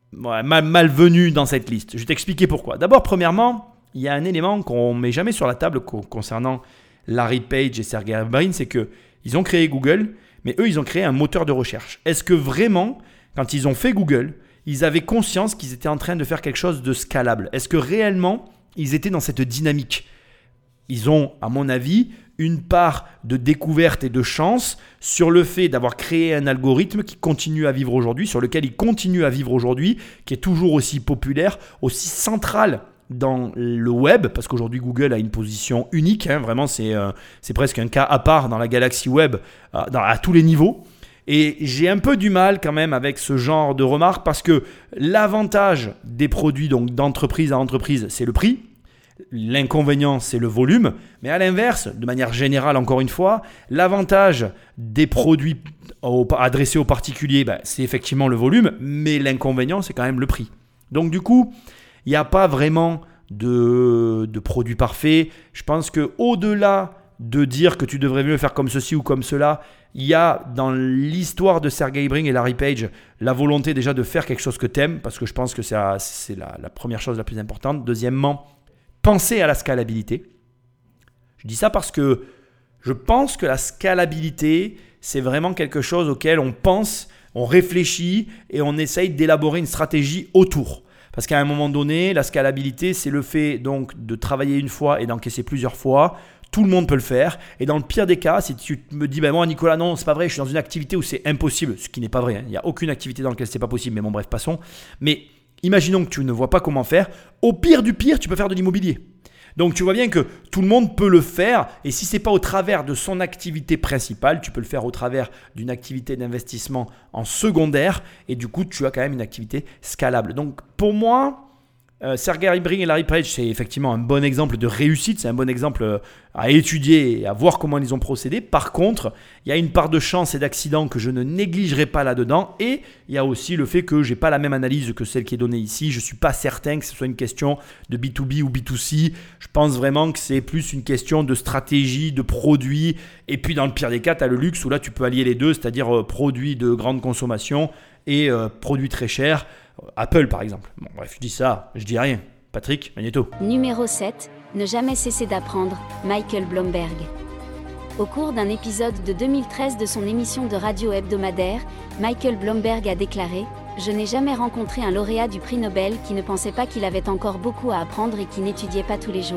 malvenue dans cette liste. Je vais t'expliquer pourquoi. D'abord, premièrement, il y a un élément qu'on ne met jamais sur la table concernant Larry Page et Sergey Brin, c'est qu'ils ont créé Google, mais eux, ils ont créé un moteur de recherche. Est-ce que vraiment, quand ils ont fait Google, ils avaient conscience qu'ils étaient en train de faire quelque chose de scalable? Est-ce que réellement, ils étaient dans cette dynamique? Ils ont, à mon avis, une part de découverte et de chance sur le fait d'avoir créé un algorithme qui continue à vivre aujourd'hui, sur lequel ils continuent à vivre aujourd'hui, qui est toujours aussi populaire, aussi central dans le web, parce qu'aujourd'hui Google a une position unique, vraiment c'est presque un cas à part dans la galaxie web à tous les niveaux. Et j'ai un peu du mal quand même avec ce genre de remarques parce que l'avantage des produits donc d'entreprise à entreprise, c'est le prix. L'inconvénient, c'est le volume. Mais à l'inverse, de manière générale, encore une fois, l'avantage des produits adressés aux particuliers, c'est effectivement le volume, mais l'inconvénient, c'est quand même le prix. Donc du coup, il n'y a pas vraiment de produit parfait. Je pense qu'au-delà de dire que tu devrais mieux faire comme ceci ou comme cela, il y a dans l'histoire de Sergey Brin et Larry Page la volonté déjà de faire quelque chose que tu aimes, parce que je pense que c'est la première chose la plus importante. Deuxièmement, penser à la scalabilité. Je dis ça parce que je pense que la scalabilité, c'est vraiment quelque chose auquel on pense, on réfléchit et on essaye d'élaborer une stratégie autour. Parce qu'à un moment donné, la scalabilité, c'est le fait donc de travailler une fois et d'encaisser plusieurs fois. Tout le monde peut le faire. Et dans le pire des cas, si tu me dis, moi Nicolas, non, c'est pas vrai, je suis dans une activité où c'est impossible, ce qui n'est pas vrai. Il n'y a aucune activité dans laquelle c'est pas possible, mais bon, bref, passons. Mais imaginons que tu ne vois pas comment faire. Au pire du pire, tu peux faire de l'immobilier. Donc tu vois bien que tout le monde peut le faire et si ce n'est pas au travers de son activité principale, tu peux le faire au travers d'une activité d'investissement en secondaire et du coup tu as quand même une activité scalable. Donc pour moi, Sergey Brin et Larry Page, c'est effectivement un bon exemple de réussite, c'est un bon exemple à étudier et à voir comment ils ont procédé. Par contre, il y a une part de chance et d'accident que je ne négligerai pas là-dedans et il y a aussi le fait que je n'ai pas la même analyse que celle qui est donnée ici. Je ne suis pas certain que ce soit une question de B2B ou B2C. Je pense vraiment que c'est plus une question de stratégie, de produit et puis dans le pire des cas, tu as le luxe où là tu peux allier les deux, c'est-à-dire produits de grande consommation et produits très chers. Apple par exemple. Bon, bref, je dis ça, je dis rien. Patrick, Magnéto. Numéro 7. Ne jamais cesser d'apprendre. Michael Bloomberg. Au cours d'un épisode de 2013 de son émission de radio hebdomadaire, Michael Bloomberg a déclaré « Je n'ai jamais rencontré un lauréat du prix Nobel qui ne pensait pas qu'il avait encore beaucoup à apprendre et qui n'étudiait pas tous les jours. »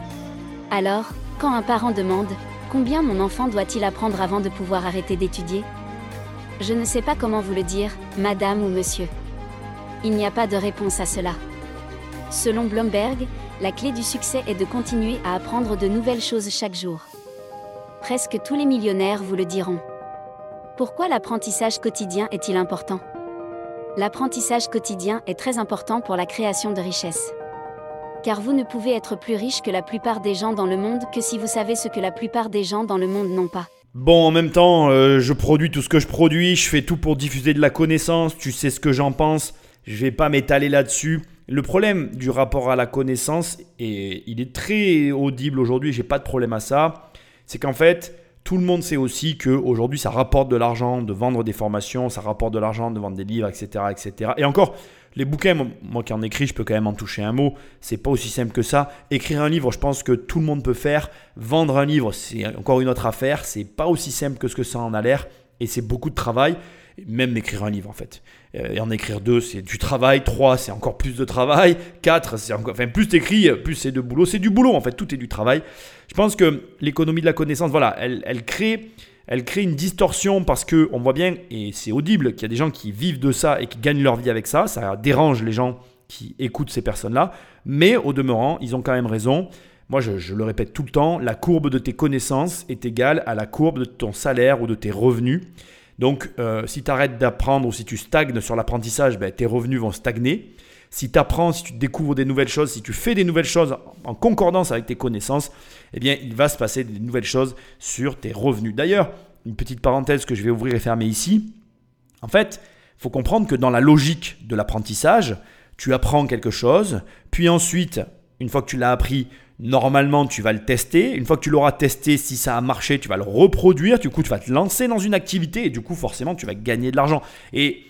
Alors, quand un parent demande « Combien mon enfant doit-il apprendre avant de pouvoir arrêter d'étudier ?» Je ne sais pas comment vous le dire, madame ou monsieur. Il n'y a pas de réponse à cela. Selon Bloomberg, la clé du succès est de continuer à apprendre de nouvelles choses chaque jour. Presque tous les millionnaires vous le diront. Pourquoi l'apprentissage quotidien est-il important ? L'apprentissage quotidien est très important pour la création de richesses. Car vous ne pouvez être plus riche que la plupart des gens dans le monde que si vous savez ce que la plupart des gens dans le monde n'ont pas. Bon, en même temps, je produis tout ce que je produis, je fais tout pour diffuser de la connaissance, tu sais ce que j'en pense. Je ne vais pas m'étaler là-dessus. Le problème du rapport à la connaissance, et il est très audible aujourd'hui, je n'ai pas de problème à ça, c'est qu'en fait, tout le monde sait aussi qu'aujourd'hui, ça rapporte de l'argent de vendre des formations, ça rapporte de l'argent de vendre des livres, etc. etc. Et encore, les bouquins, moi qui en écris, je peux quand même en toucher un mot, c'est pas aussi simple que ça. Écrire un livre, je pense que tout le monde peut faire. Vendre un livre, c'est encore une autre affaire, c'est pas aussi simple que ce que ça en a l'air, et c'est beaucoup de travail. Même écrire un livre en fait. Et en écrire 2, c'est du travail. 3, c'est encore plus de travail. 4, c'est encore, plus tu écris, plus c'est de boulot. C'est du boulot en fait, tout est du travail. Je pense que l'économie de la connaissance, voilà, elle crée une distorsion parce qu'on voit bien, et c'est audible, qu'il y a des gens qui vivent de ça et qui gagnent leur vie avec ça. Ça dérange les gens qui écoutent ces personnes-là. Mais au demeurant, ils ont quand même raison. Moi, je le répète tout le temps, la courbe de tes connaissances est égale à la courbe de ton salaire ou de tes revenus. Donc, si tu arrêtes d'apprendre ou si tu stagnes sur l'apprentissage, tes revenus vont stagner. Si tu apprends, si tu découvres des nouvelles choses, si tu fais des nouvelles choses en concordance avec tes connaissances, il va se passer des nouvelles choses sur tes revenus. D'ailleurs, une petite parenthèse que je vais ouvrir et fermer ici. En fait, il faut comprendre que dans la logique de l'apprentissage, tu apprends quelque chose, puis ensuite, une fois que tu l'as appris, normalement, tu vas le tester. Une fois que tu l'auras testé, si ça a marché, tu vas le reproduire. Du coup, tu vas te lancer dans une activité et du coup, forcément, tu vas gagner de l'argent. Et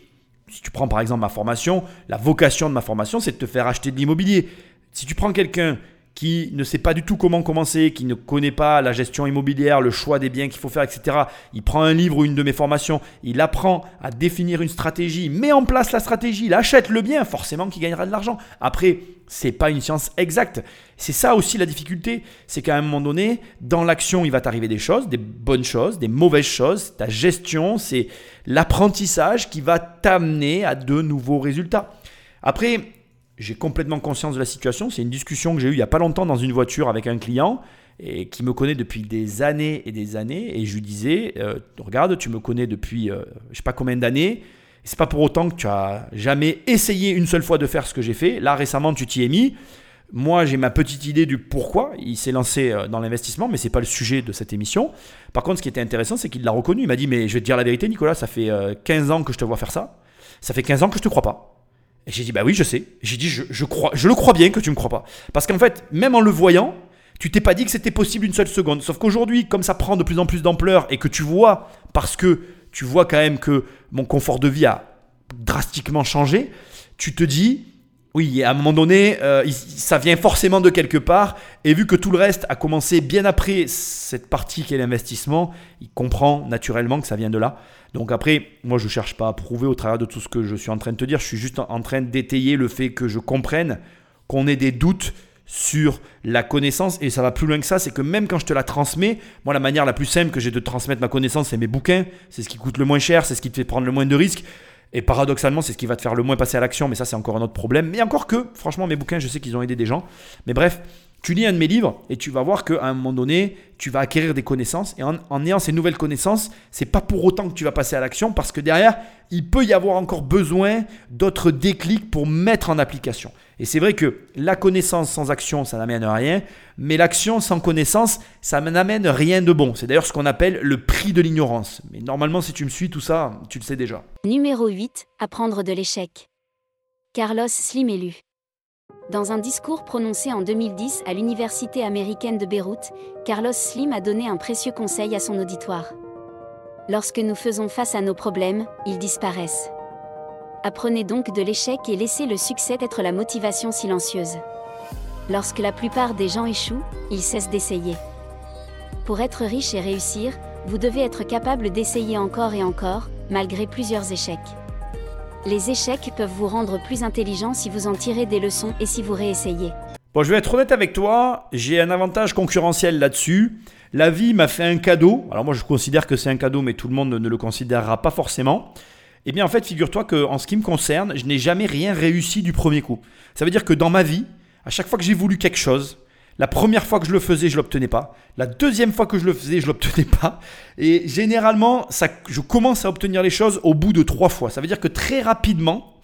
Si tu prends par exemple ma formation, la vocation de ma formation, c'est de te faire acheter de l'immobilier. Si tu prends quelqu'un qui ne sait pas du tout comment commencer, qui ne connaît pas la gestion immobilière, le choix des biens qu'il faut faire, etc. Il prend un livre ou une de mes formations, il apprend à définir une stratégie, il met en place la stratégie, il achète le bien, forcément qu'il gagnera de l'argent. Après, ce n'est pas une science exacte. C'est ça aussi la difficulté, c'est qu'à un moment donné, dans l'action, il va t'arriver des choses, des bonnes choses, des mauvaises choses. Ta gestion, c'est l'apprentissage qui va t'amener à de nouveaux résultats. Après, j'ai complètement conscience de la situation. C'est une discussion que j'ai eue il n'y a pas longtemps dans une voiture avec un client et qui me connaît depuis des années et des années. Et je lui disais, regarde, tu me connais depuis je ne sais pas combien d'années. Ce n'est pas pour autant que tu n'as jamais essayé une seule fois de faire ce que j'ai fait. Là, récemment, tu t'y es mis. Moi, j'ai ma petite idée du pourquoi il s'est lancé dans l'investissement, mais ce n'est pas le sujet de cette émission. Par contre, ce qui était intéressant, c'est qu'il l'a reconnu. Il m'a dit, mais je vais te dire la vérité, Nicolas, ça fait 15 ans que je te vois faire ça. Ça fait 15 ans que je ne te crois pas. Et j'ai dit, bah oui, je sais. J'ai dit, je le crois bien que tu ne me crois pas. Parce qu'en fait, même en le voyant, tu t'es pas dit que c'était possible une seule seconde. Sauf qu'aujourd'hui, comme ça prend de plus en plus d'ampleur et que tu vois, parce que tu vois quand même que mon confort de vie a drastiquement changé, tu te dis, oui, à un moment donné, ça vient forcément de quelque part. Et vu que tout le reste a commencé bien après cette partie qui est l'investissement, il comprend naturellement que ça vient de là. Donc après, moi, je ne cherche pas à prouver au travers de tout ce que je suis en train de te dire. Je suis juste en train d'étayer le fait que je comprenne qu'on ait des doutes sur la connaissance. Et ça va plus loin que ça, c'est que même quand je te la transmets, moi, la manière la plus simple que j'ai de transmettre ma connaissance, c'est mes bouquins. C'est ce qui coûte le moins cher, c'est ce qui te fait prendre le moins de risques. Et paradoxalement, c'est ce qui va te faire le moins passer à l'action. Mais ça, c'est encore un autre problème. Mais encore que, franchement, mes bouquins, je sais qu'ils ont aidé des gens. Mais bref, tu lis un de mes livres et tu vas voir qu'à un moment donné, tu vas acquérir des connaissances. Et en ayant ces nouvelles connaissances, c'est pas pour autant que tu vas passer à l'action parce que derrière, il peut y avoir encore besoin d'autres déclics pour mettre en application. Et c'est vrai que la connaissance sans action, ça n'amène rien. Mais l'action sans connaissance, ça n'amène rien de bon. C'est d'ailleurs ce qu'on appelle le prix de l'ignorance. Mais normalement, si tu me suis, tout ça, tu le sais déjà. Numéro 8. Apprendre de l'échec. Carlos Slim élu. Dans un discours prononcé en 2010 à l'Université américaine de Beyrouth, Carlos Slim a donné un précieux conseil à son auditoire. Lorsque nous faisons face à nos problèmes, ils disparaissent. Apprenez donc de l'échec et laissez le succès être la motivation silencieuse. Lorsque la plupart des gens échouent, ils cessent d'essayer. Pour être riche et réussir, vous devez être capable d'essayer encore et encore, malgré plusieurs échecs. Les échecs peuvent vous rendre plus intelligent si vous en tirez des leçons et si vous réessayez. Bon, je vais être honnête avec toi, j'ai un avantage concurrentiel là-dessus. La vie m'a fait un cadeau. Alors moi, je considère que c'est un cadeau, mais tout le monde ne le considérera pas forcément. Eh bien, en fait, figure-toi qu'en ce qui me concerne, je n'ai jamais rien réussi du premier coup. Ça veut dire que dans ma vie, à chaque fois que j'ai voulu quelque chose, la première fois que je le faisais, je ne l'obtenais pas. La deuxième fois que je le faisais, je ne l'obtenais pas. Et généralement, je commence à obtenir les choses au bout de 3 fois. Ça veut dire que très rapidement,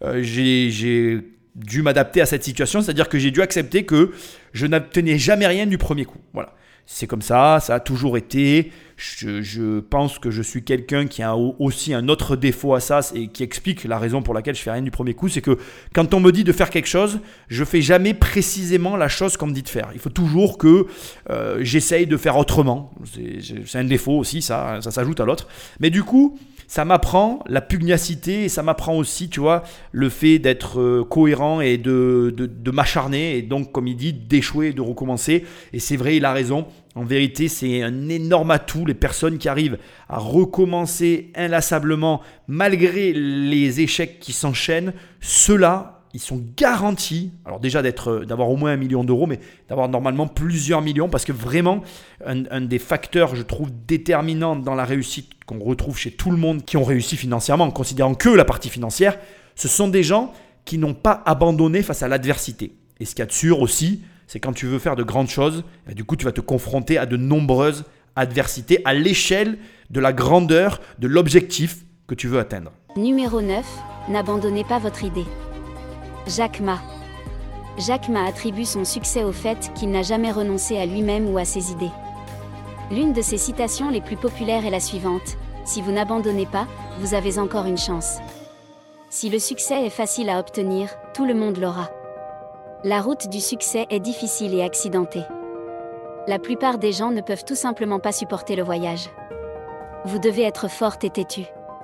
j'ai dû m'adapter à cette situation. C'est-à-dire que j'ai dû accepter que je n'obtenais jamais rien du premier coup. Voilà. C'est comme ça a toujours été. Je pense que je suis quelqu'un qui a aussi un autre défaut à ça et qui explique la raison pour laquelle je fais rien du premier coup. C'est que quand on me dit de faire quelque chose, je fais jamais précisément la chose qu'on me dit de faire. Il faut toujours que j'essaye de faire autrement. C'est un défaut aussi, ça s'ajoute à l'autre. Mais du coup, ça m'apprend la pugnacité et ça m'apprend aussi, tu vois, le fait d'être cohérent et de m'acharner et donc, comme il dit, d'échouer et de recommencer. Et c'est vrai, il a raison. En vérité, c'est un énorme atout. Les personnes qui arrivent à recommencer inlassablement malgré les échecs qui s'enchaînent, ceux-là, ils sont garantis, alors déjà d'avoir au moins 1 million d'euros, mais d'avoir normalement plusieurs millions, parce que vraiment, un des facteurs, je trouve, déterminants dans la réussite qu'on retrouve chez tout le monde qui ont réussi financièrement, en considérant que la partie financière, ce sont des gens qui n'ont pas abandonné face à l'adversité. Et ce qu'il y a de sûr aussi, c'est quand tu veux faire de grandes choses, et du coup, tu vas te confronter à de nombreuses adversités à l'échelle de la grandeur de l'objectif que tu veux atteindre. Numéro 9. N'abandonnez pas votre idée. Jack Ma. Jack Ma attribue son succès au fait qu'il n'a jamais renoncé à lui-même ou à ses idées. L'une de ses citations les plus populaires est la suivante : « Si vous n'abandonnez pas, vous avez encore une chance. » Si le succès est facile à obtenir, tout le monde l'aura. La route du succès est difficile et accidentée. La plupart des gens ne peuvent tout simplement pas supporter le voyage. Vous devez être forte et têtue.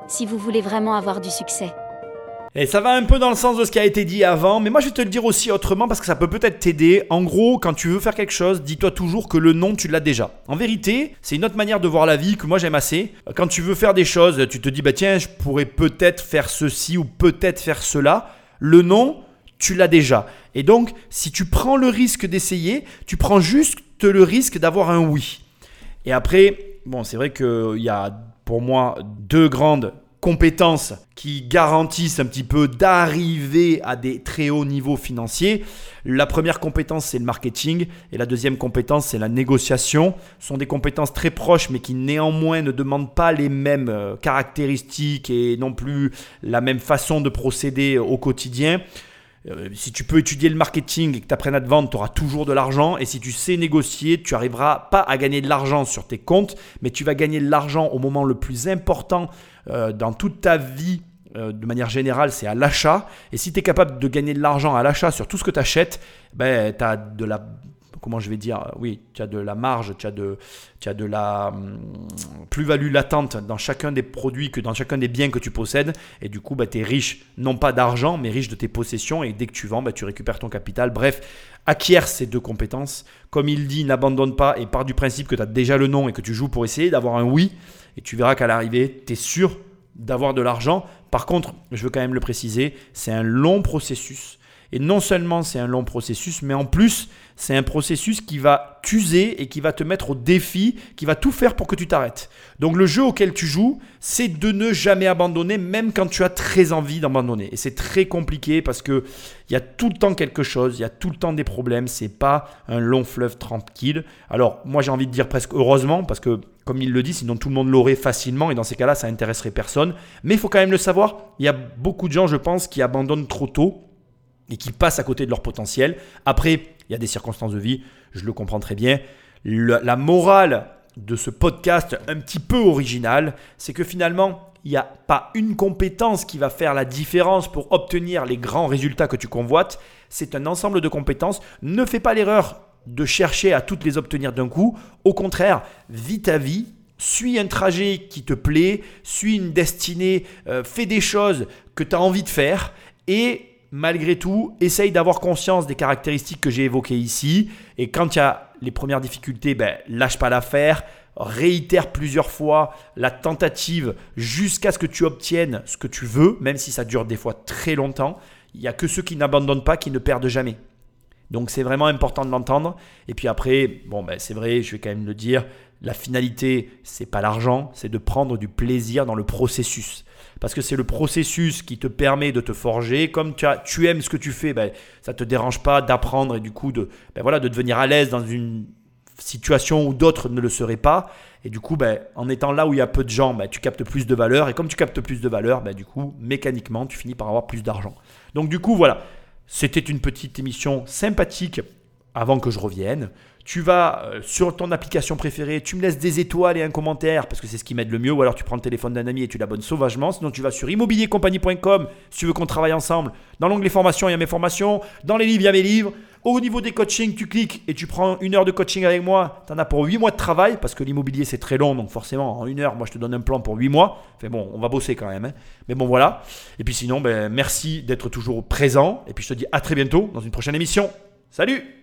si vous voulez vraiment avoir du succès. Et ça va un peu dans le sens de ce qui a été dit avant, mais moi je vais te le dire aussi autrement parce que ça peut peut-être t'aider. En gros, quand tu veux faire quelque chose, dis-toi toujours que le non, tu l'as déjà. En vérité, c'est une autre manière de voir la vie que moi j'aime assez. Quand tu veux faire des choses, tu te dis tiens, je pourrais peut-être faire ceci ou peut-être faire cela. Le non, tu l'as déjà. Et donc, si tu prends le risque d'essayer, tu prends juste le risque d'avoir un oui. Et après, c'est vrai qu'il y a pour moi 2 grandes compétences qui garantissent un petit peu d'arriver à des très hauts niveaux financiers. La première compétence, c'est le marketing et la deuxième compétence, c'est la négociation. Ce sont des compétences très proches mais qui néanmoins ne demandent pas les mêmes caractéristiques et non plus la même façon de procéder au quotidien. Si tu peux étudier le marketing et que tu apprennes à te vendre, tu auras toujours de l'argent. Et si tu sais négocier, tu n'arriveras pas à gagner de l'argent sur tes comptes, mais tu vas gagner de l'argent au moment le plus important dans toute ta vie. De manière générale, c'est à l'achat. Et si tu es capable de gagner de l'argent à l'achat sur tout ce que tu achètes, tu as de la... Comment je vais dire ? Oui, tu as de la marge, tu as de la plus-value latente dans chacun des produits, que dans chacun des biens que tu possèdes. Et du coup, tu es riche, non pas d'argent, mais riche de tes possessions. Et dès que tu vends, tu récupères ton capital. Bref, acquiert ces 2 compétences. Comme il dit, n'abandonne pas et pars du principe que tu as déjà le non et que tu joues pour essayer d'avoir un oui. Et tu verras qu'à l'arrivée, tu es sûr d'avoir de l'argent. Par contre, je veux quand même le préciser, c'est un long processus. Et non seulement c'est un long processus, mais en plus, c'est un processus qui va t'user et qui va te mettre au défi, qui va tout faire pour que tu t'arrêtes. Donc le jeu auquel tu joues, c'est de ne jamais abandonner, même quand tu as très envie d'abandonner. Et c'est très compliqué parce qu'il y a tout le temps quelque chose, il y a tout le temps des problèmes. Ce n'est pas un long fleuve tranquille. Alors moi j'ai envie de dire presque heureusement, parce que comme il le dit, sinon tout le monde l'aurait facilement et dans ces cas-là, ça n'intéresserait personne. Mais il faut quand même le savoir, il y a beaucoup de gens, je pense, qui abandonnent trop tôt et qui passent à côté de leur potentiel. Après, il y a des circonstances de vie, je le comprends très bien. La morale de ce podcast un petit peu original, c'est que finalement, il n'y a pas une compétence qui va faire la différence pour obtenir les grands résultats que tu convoites. C'est un ensemble de compétences. Ne fais pas l'erreur de chercher à toutes les obtenir d'un coup. Au contraire, vis ta vie. Suis un trajet qui te plaît, suis une destinée, fais des choses que tu as envie de faire et malgré tout, essaye d'avoir conscience des caractéristiques que j'ai évoquées ici. Et quand il y a les premières difficultés, lâche pas l'affaire. Réitère plusieurs fois la tentative jusqu'à ce que tu obtiennes ce que tu veux, même si ça dure des fois très longtemps. Il n'y a que ceux qui n'abandonnent pas qui ne perdent jamais. Donc c'est vraiment important de l'entendre. Et puis après, c'est vrai, je vais quand même le dire, la finalité, c'est pas l'argent, c'est de prendre du plaisir dans le processus. Parce que c'est le processus qui te permet de te forger. Comme tu aimes ce que tu fais, ça ne te dérange pas d'apprendre et du coup de devenir à l'aise dans une situation où d'autres ne le seraient pas. Et du coup, en étant là où il y a peu de gens, tu captes plus de valeur. Et comme tu captes plus de valeur, du coup, mécaniquement, tu finis par avoir plus d'argent. Donc du coup, voilà, c'était une petite émission sympathique avant que je revienne. Tu vas sur ton application préférée, tu me laisses des étoiles et un commentaire parce que c'est ce qui m'aide le mieux, ou alors tu prends le téléphone d'un ami et tu l'abonnes sauvagement. Sinon tu vas sur immobiliercompagnie.com si tu veux qu'on travaille ensemble. Dans l'onglet formation, il y a mes formations. Dans les livres, il y a mes livres. Au niveau des coachings, tu cliques et tu prends 1 heure de coaching avec moi. Tu en as pour 8 mois de travail parce que l'immobilier c'est très long, donc forcément en 1 heure, moi je te donne un plan pour 8 mois. Enfin bon, on va bosser quand même, hein. Mais bon voilà. Et puis sinon, merci d'être toujours présent et puis je te dis à très bientôt dans une prochaine émission. Salut!